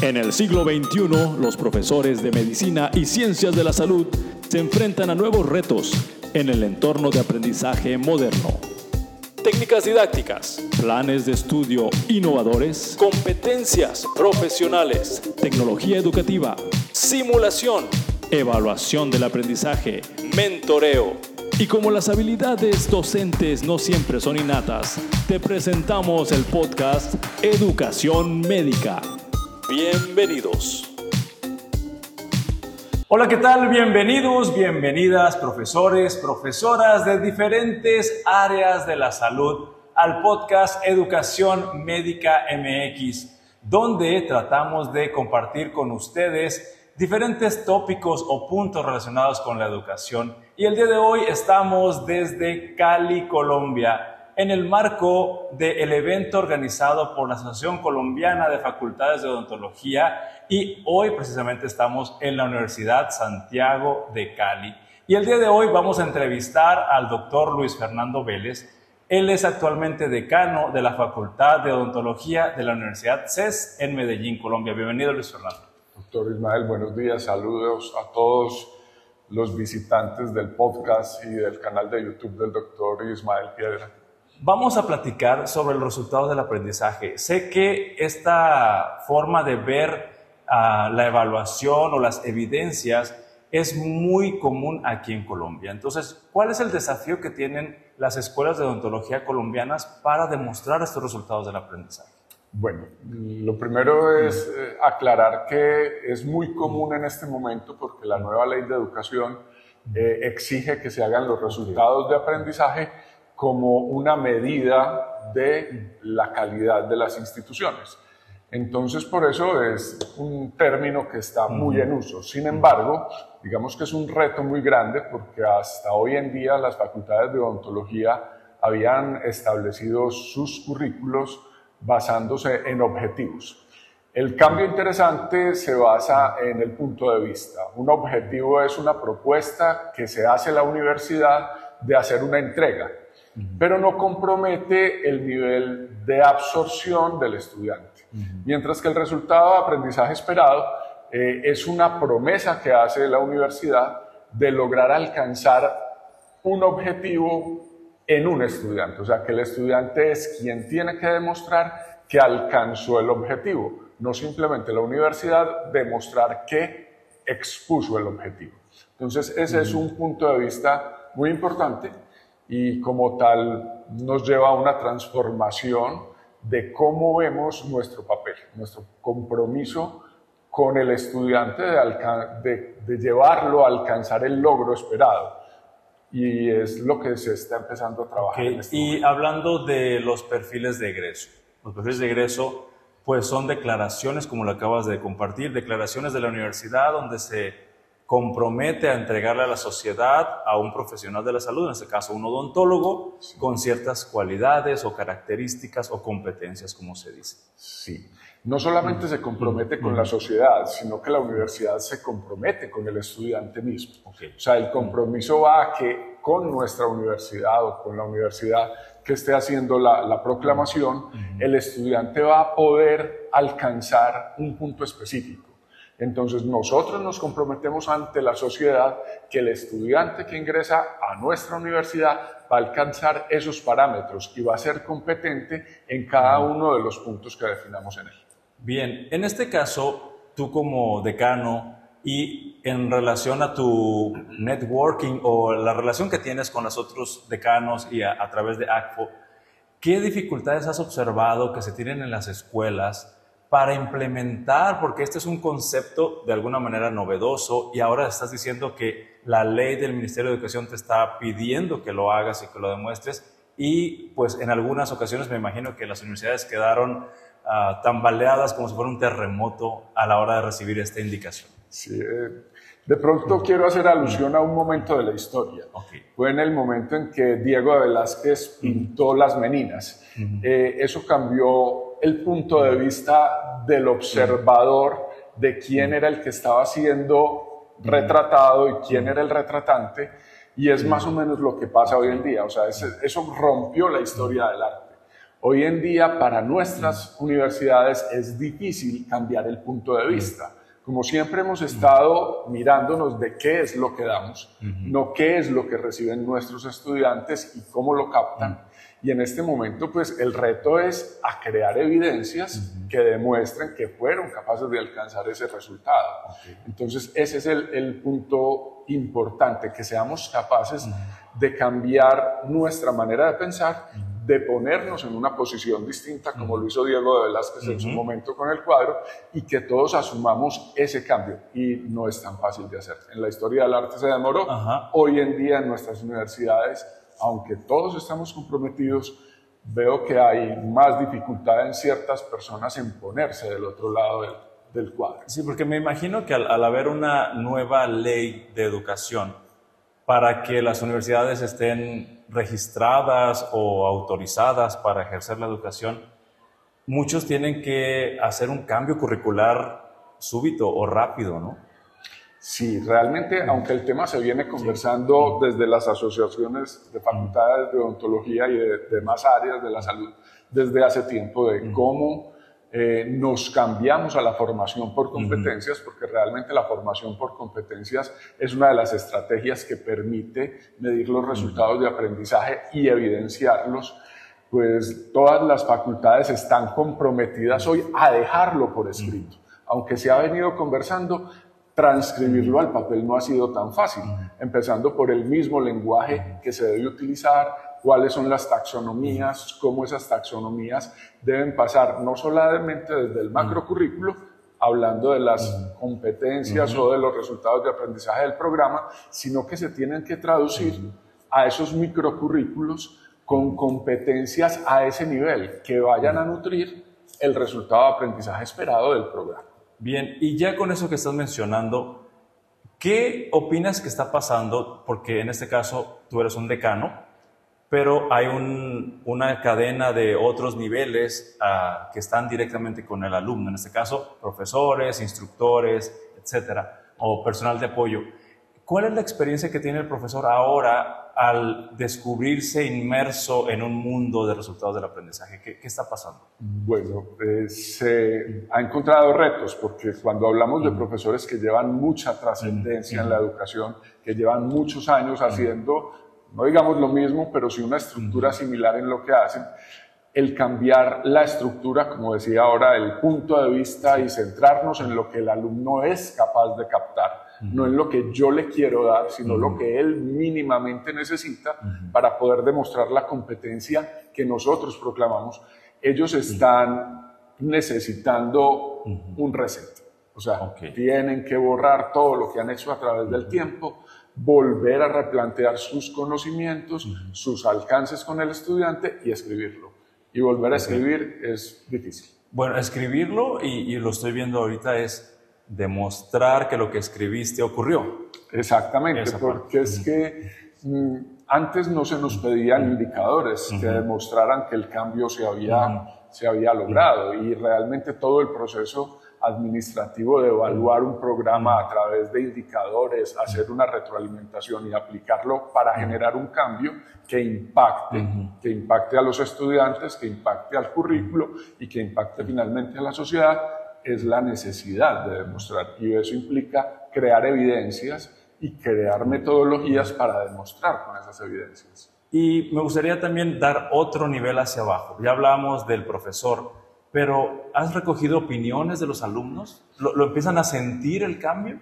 En el siglo XXI, los profesores de medicina y ciencias de la salud se enfrentan a nuevos retos en el entorno de aprendizaje moderno. Técnicas didácticas, planes de estudio innovadores, competencias profesionales, tecnología educativa, simulación, evaluación del aprendizaje, mentoreo. Y como las habilidades docentes no siempre son innatas, te presentamos el podcast Educación Médica. Bienvenidos. Hola, ¿qué tal? Bienvenidos, bienvenidas, profesores, profesoras de diferentes áreas de la salud al podcast Educación Médica MX, donde tratamos de compartir con ustedes diferentes tópicos o puntos relacionados con la educación. Y el día de hoy estamos desde Cali, Colombia, en el marco del evento organizado por la Asociación Colombiana de Facultades de Odontología, y hoy precisamente estamos en la Universidad Santiago de Cali. Y el día de hoy vamos a entrevistar al doctor Luis Fernando Vélez. Él es actualmente decano de la Facultad de Odontología de la Universidad CES en Medellín, Colombia. Bienvenido, Luis Fernando. Doctor Ismael, buenos días. Saludos a todos los visitantes del podcast y del canal de YouTube del doctor Ismael Piedra. Vamos a platicar sobre los resultados del aprendizaje. Sé que esta forma de ver la evaluación o las evidencias es muy común aquí en Colombia. Entonces, ¿cuál es el desafío que tienen las escuelas de odontología colombianas para demostrar estos resultados del aprendizaje? Bueno, lo primero es aclarar que es muy común en este momento porque la nueva ley de educación exige que se hagan los resultados de aprendizaje como una medida de la calidad de las instituciones. Entonces, por eso es un término que está muy en uso. Sin embargo, digamos que es un reto muy grande porque hasta hoy en día las facultades de odontología habían establecido sus currículos basándose en objetivos. El cambio interesante se basa en el punto de vista. Un objetivo es una propuesta que se hace a la universidad de hacer una entrega, pero no compromete el nivel de absorción del estudiante. Mientras que el resultado de aprendizaje esperado es una promesa que hace la universidad de lograr alcanzar un objetivo en un estudiante. O sea, que el estudiante es quien tiene que demostrar que alcanzó el objetivo, no simplemente la universidad demostrar que expuso el objetivo. Entonces, ese es un punto de vista muy importante y como tal nos lleva a una transformación de cómo vemos nuestro papel, nuestro compromiso con el estudiante de llevarlo a alcanzar el logro esperado. Y es lo que se está empezando a trabajar. Okay. Y hablando de los perfiles de egreso. Los perfiles de egreso pues son declaraciones, como lo acabas de compartir, declaraciones de la universidad donde se compromete a entregarle a la sociedad a un profesional de la salud, en este caso un odontólogo, sí, con ciertas cualidades o características o competencias, como se dice. Sí. No solamente se compromete con la sociedad, sino que la universidad se compromete con el estudiante mismo. Okay. O sea, el compromiso va a que con nuestra universidad o con la universidad que esté haciendo la proclamación, el estudiante va a poder alcanzar un punto específico. Entonces nosotros nos comprometemos ante la sociedad que el estudiante que ingresa a nuestra universidad va a alcanzar esos parámetros y va a ser competente en cada uno de los puntos que definamos en él. Bien, en este caso, tú como decano y en relación a tu networking o la relación que tienes con los otros decanos y a través de ACFO, ¿qué dificultades has observado que se tienen en las escuelas para implementar? Porque este es un concepto de alguna manera novedoso y ahora estás diciendo que la ley del Ministerio de Educación te está pidiendo que lo hagas y que lo demuestres, y pues en algunas ocasiones me imagino que las universidades quedaron tambaleadas como si fuera un terremoto a la hora de recibir esta indicación. Sí, de pronto quiero hacer alusión a un momento de la historia. Okay. Fue en el momento en que Diego de Velázquez pintó las Meninas. Eso cambió el punto de vista del observador, de quién era el que estaba siendo retratado y quién era el retratante, y es más o menos lo que pasa hoy en día. O sea, eso rompió la historia del arte. Hoy en día para nuestras universidades es difícil cambiar el punto de vista. Como siempre hemos estado mirándonos de qué es lo que damos, no qué es lo que reciben nuestros estudiantes y cómo lo captan. Y en este momento, pues, el reto es a crear evidencias que demuestren que fueron capaces de alcanzar ese resultado. Entonces, ese es el punto importante, que seamos capaces de cambiar nuestra manera de pensar, de ponernos en una posición distinta, como lo hizo Diego de Velázquez en su momento con el cuadro, y que todos asumamos ese cambio. Y no es tan fácil de hacer. En la historia del arte se demoró. Hoy en día en nuestras universidades, aunque todos estamos comprometidos, veo que hay más dificultad en ciertas personas en ponerse del otro lado del cuadro. Sí, porque me imagino que al haber una nueva ley de educación, para que las universidades estén registradas o autorizadas para ejercer la educación, muchos tienen que hacer un cambio curricular súbito o rápido, ¿no? Sí, realmente, aunque el tema se viene conversando desde las asociaciones de facultades de odontología y de demás áreas de la salud desde hace tiempo, de cómo nos cambiamos a la formación por competencias, porque realmente la formación por competencias es una de las estrategias que permite medir los resultados de aprendizaje y evidenciarlos. Pues todas las facultades están comprometidas hoy a dejarlo por escrito. Aunque se ha venido conversando, transcribirlo al papel no ha sido tan fácil, empezando por el mismo lenguaje que se debe utilizar, cuáles son las taxonomías, cómo esas taxonomías deben pasar no solamente desde el macrocurrículo, hablando de las competencias o de los resultados de aprendizaje del programa, sino que se tienen que traducir a esos microcurrículos con competencias a ese nivel, que vayan a nutrir el resultado de aprendizaje esperado del programa. Bien, y ya con eso que estás mencionando, ¿qué opinas que está pasando? Porque en este caso tú eres un decano, pero hay una cadena de otros niveles que están directamente con el alumno, en este caso profesores, instructores, etcétera, o personal de apoyo. ¿Cuál es la experiencia que tiene el profesor ahora al descubrirse inmerso en un mundo de resultados del aprendizaje? ¿Qué está pasando? Bueno, se ha encontrado retos, porque cuando hablamos de profesores que llevan mucha trascendencia en la educación, que llevan muchos años haciendo, no digamos lo mismo, pero sí una estructura similar en lo que hacen, el cambiar la estructura, como decía ahora, el punto de vista y centrarnos en lo que el alumno es capaz de captar, no en lo que yo le quiero dar, sino lo que él mínimamente necesita para poder demostrar la competencia que nosotros proclamamos. Ellos están necesitando un reset, o sea, tienen que borrar todo lo que han hecho a través del tiempo, volver a replantear sus conocimientos, sus alcances con el estudiante y escribirlo. Y volver a escribir es difícil. Bueno, escribirlo, y lo estoy viendo ahorita, es demostrar que lo que escribiste ocurrió. Exactamente, porque es que antes no se nos pedían indicadores que demostraran que el cambio se había logrado, y realmente todo el proceso administrativo de evaluar un programa a través de indicadores, hacer una retroalimentación y aplicarlo para generar un cambio que impacte a los estudiantes, que impacte al currículo y que impacte finalmente a la sociedad, es la necesidad de demostrar. Y eso implica crear evidencias y crear metodologías para demostrar con esas evidencias. Y me gustaría también dar otro nivel hacia abajo. Ya hablamos del profesor, pero ¿has recogido opiniones de los alumnos? ¿Lo empiezan a sentir el cambio?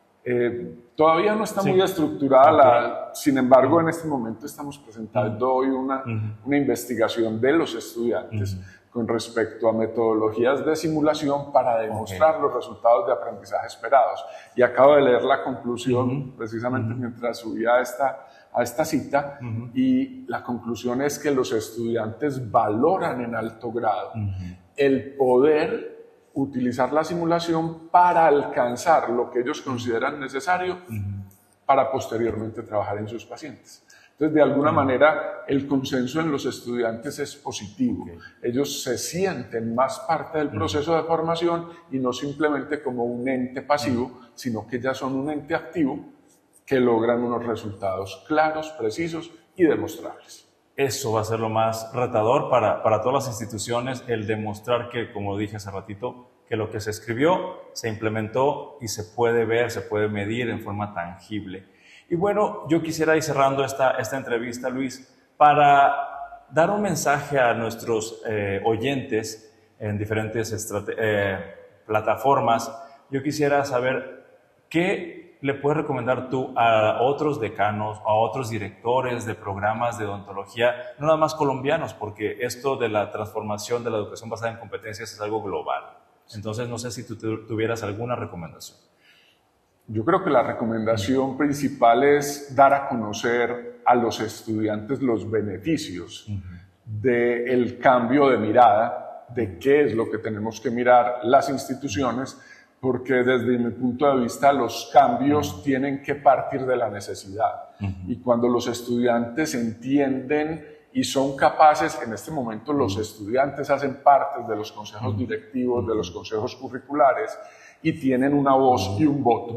Todavía no está muy estructurada, sin embargo en este momento estamos presentando hoy una investigación de los estudiantes con respecto a metodologías de simulación para demostrar los resultados de aprendizaje esperados. Y acabo de leer la conclusión precisamente mientras subía a esta cita, y la conclusión es que los estudiantes valoran en alto grado el poder utilizar la simulación para alcanzar lo que ellos consideran necesario para posteriormente trabajar en sus pacientes. Entonces, de alguna manera, el consenso en los estudiantes es positivo. Ellos se sienten más parte del proceso de formación y no simplemente como un ente pasivo, sino que ya son un ente activo que logran unos resultados claros, precisos y demostrables. eso va a ser lo más retador para todas las instituciones, el demostrar que, como dije hace ratito, que lo que se escribió se implementó y se puede ver, se puede medir en forma tangible. Y bueno, yo quisiera ir cerrando esta entrevista, Luis, para dar un mensaje a nuestros oyentes en diferentes plataformas. Yo quisiera saber qué le puedes recomendar tú a otros decanos, a otros directores de programas de odontología, no nada más colombianos, porque esto de la transformación de la educación basada en competencias es algo global. Entonces, no sé si tú tuvieras alguna recomendación. Yo creo que la recomendación principal es dar a conocer a los estudiantes los beneficios del cambio de mirada, de qué es lo que tenemos que mirar las instituciones, porque desde mi punto de vista los cambios tienen que partir de la necesidad. Y cuando los estudiantes entienden y son capaces, en este momento los estudiantes hacen parte de los consejos directivos, de los consejos curriculares y tienen una voz y un voto,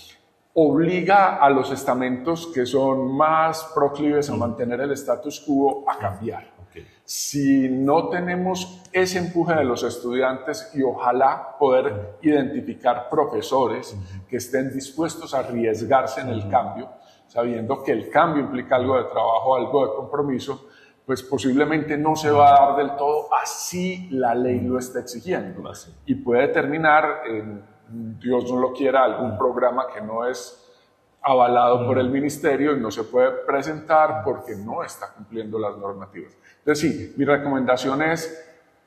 obliga a los estamentos que son más proclives a mantener el status quo a cambiar. Si no tenemos ese empuje de los estudiantes y ojalá poder identificar profesores que estén dispuestos a arriesgarse en el cambio, sabiendo que el cambio implica algo de trabajo, algo de compromiso, pues posiblemente no se va a dar del todo así la ley lo está exigiendo. Y puede terminar en, Dios no lo quiera, algún programa que no es avalado por el ministerio y no se puede presentar porque no está cumpliendo las normativas. Entonces sí, mi recomendación es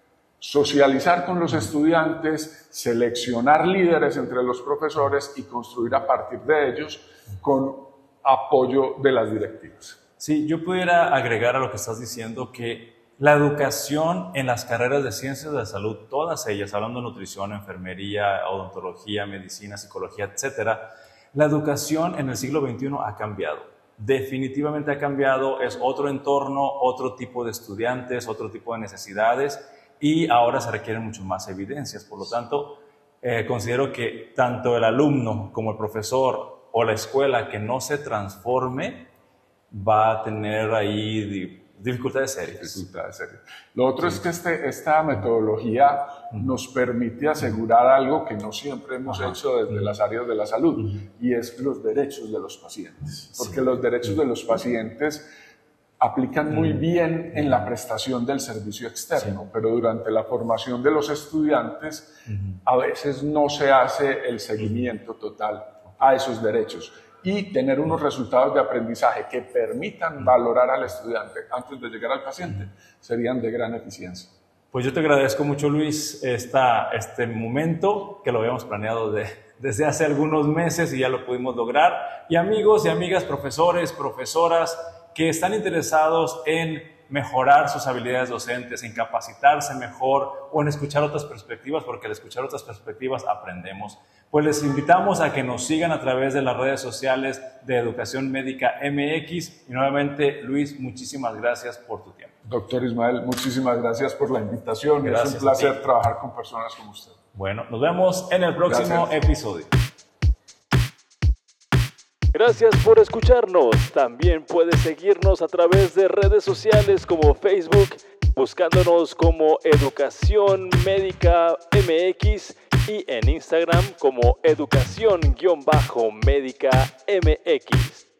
socializar con los estudiantes, seleccionar líderes entre los profesores y construir a partir de ellos con apoyo de las directivas. Sí, yo pudiera agregar a lo que estás diciendo que la educación en las carreras de ciencias de la salud, todas ellas, hablando de nutrición, enfermería, odontología, medicina, psicología, etcétera, la educación en el siglo XXI ha cambiado. Definitivamente ha cambiado, es otro entorno, otro tipo de estudiantes, otro tipo de necesidades y ahora se requieren mucho más evidencias. Por lo tanto, considero que tanto el alumno como el profesor o la escuela que no se transforme va a tener ahí dificultades serias. Lo otro es que esta metodología nos permite asegurar algo que no siempre hemos hecho desde las áreas de la salud, y es los derechos de los pacientes. Porque los derechos de los pacientes aplican muy bien en la prestación del servicio externo, pero durante la formación de los estudiantes a veces no se hace el seguimiento total a esos derechos. Y tener unos resultados de aprendizaje que permitan valorar al estudiante antes de llegar al paciente serían de gran eficiencia. Pues yo te agradezco mucho, Luis, este momento que lo habíamos planeado desde hace algunos meses y ya lo pudimos lograr. Y amigos y amigas, profesores, profesoras que están interesados en mejorar sus habilidades docentes, en capacitarse mejor o en escuchar otras perspectivas, porque al escuchar otras perspectivas aprendemos. Pues les invitamos a que nos sigan a través de las redes sociales de Educación Médica MX. Y nuevamente, Luis, muchísimas gracias por tu tiempo. Doctor Ismael, muchísimas gracias por la invitación. Gracias, es un placer trabajar con personas como usted. Bueno, nos vemos en el próximo episodio. Gracias por escucharnos. También puedes seguirnos a través de redes sociales como Facebook, buscándonos como Educación Médica MX y en Instagram como Educación-Médica MX.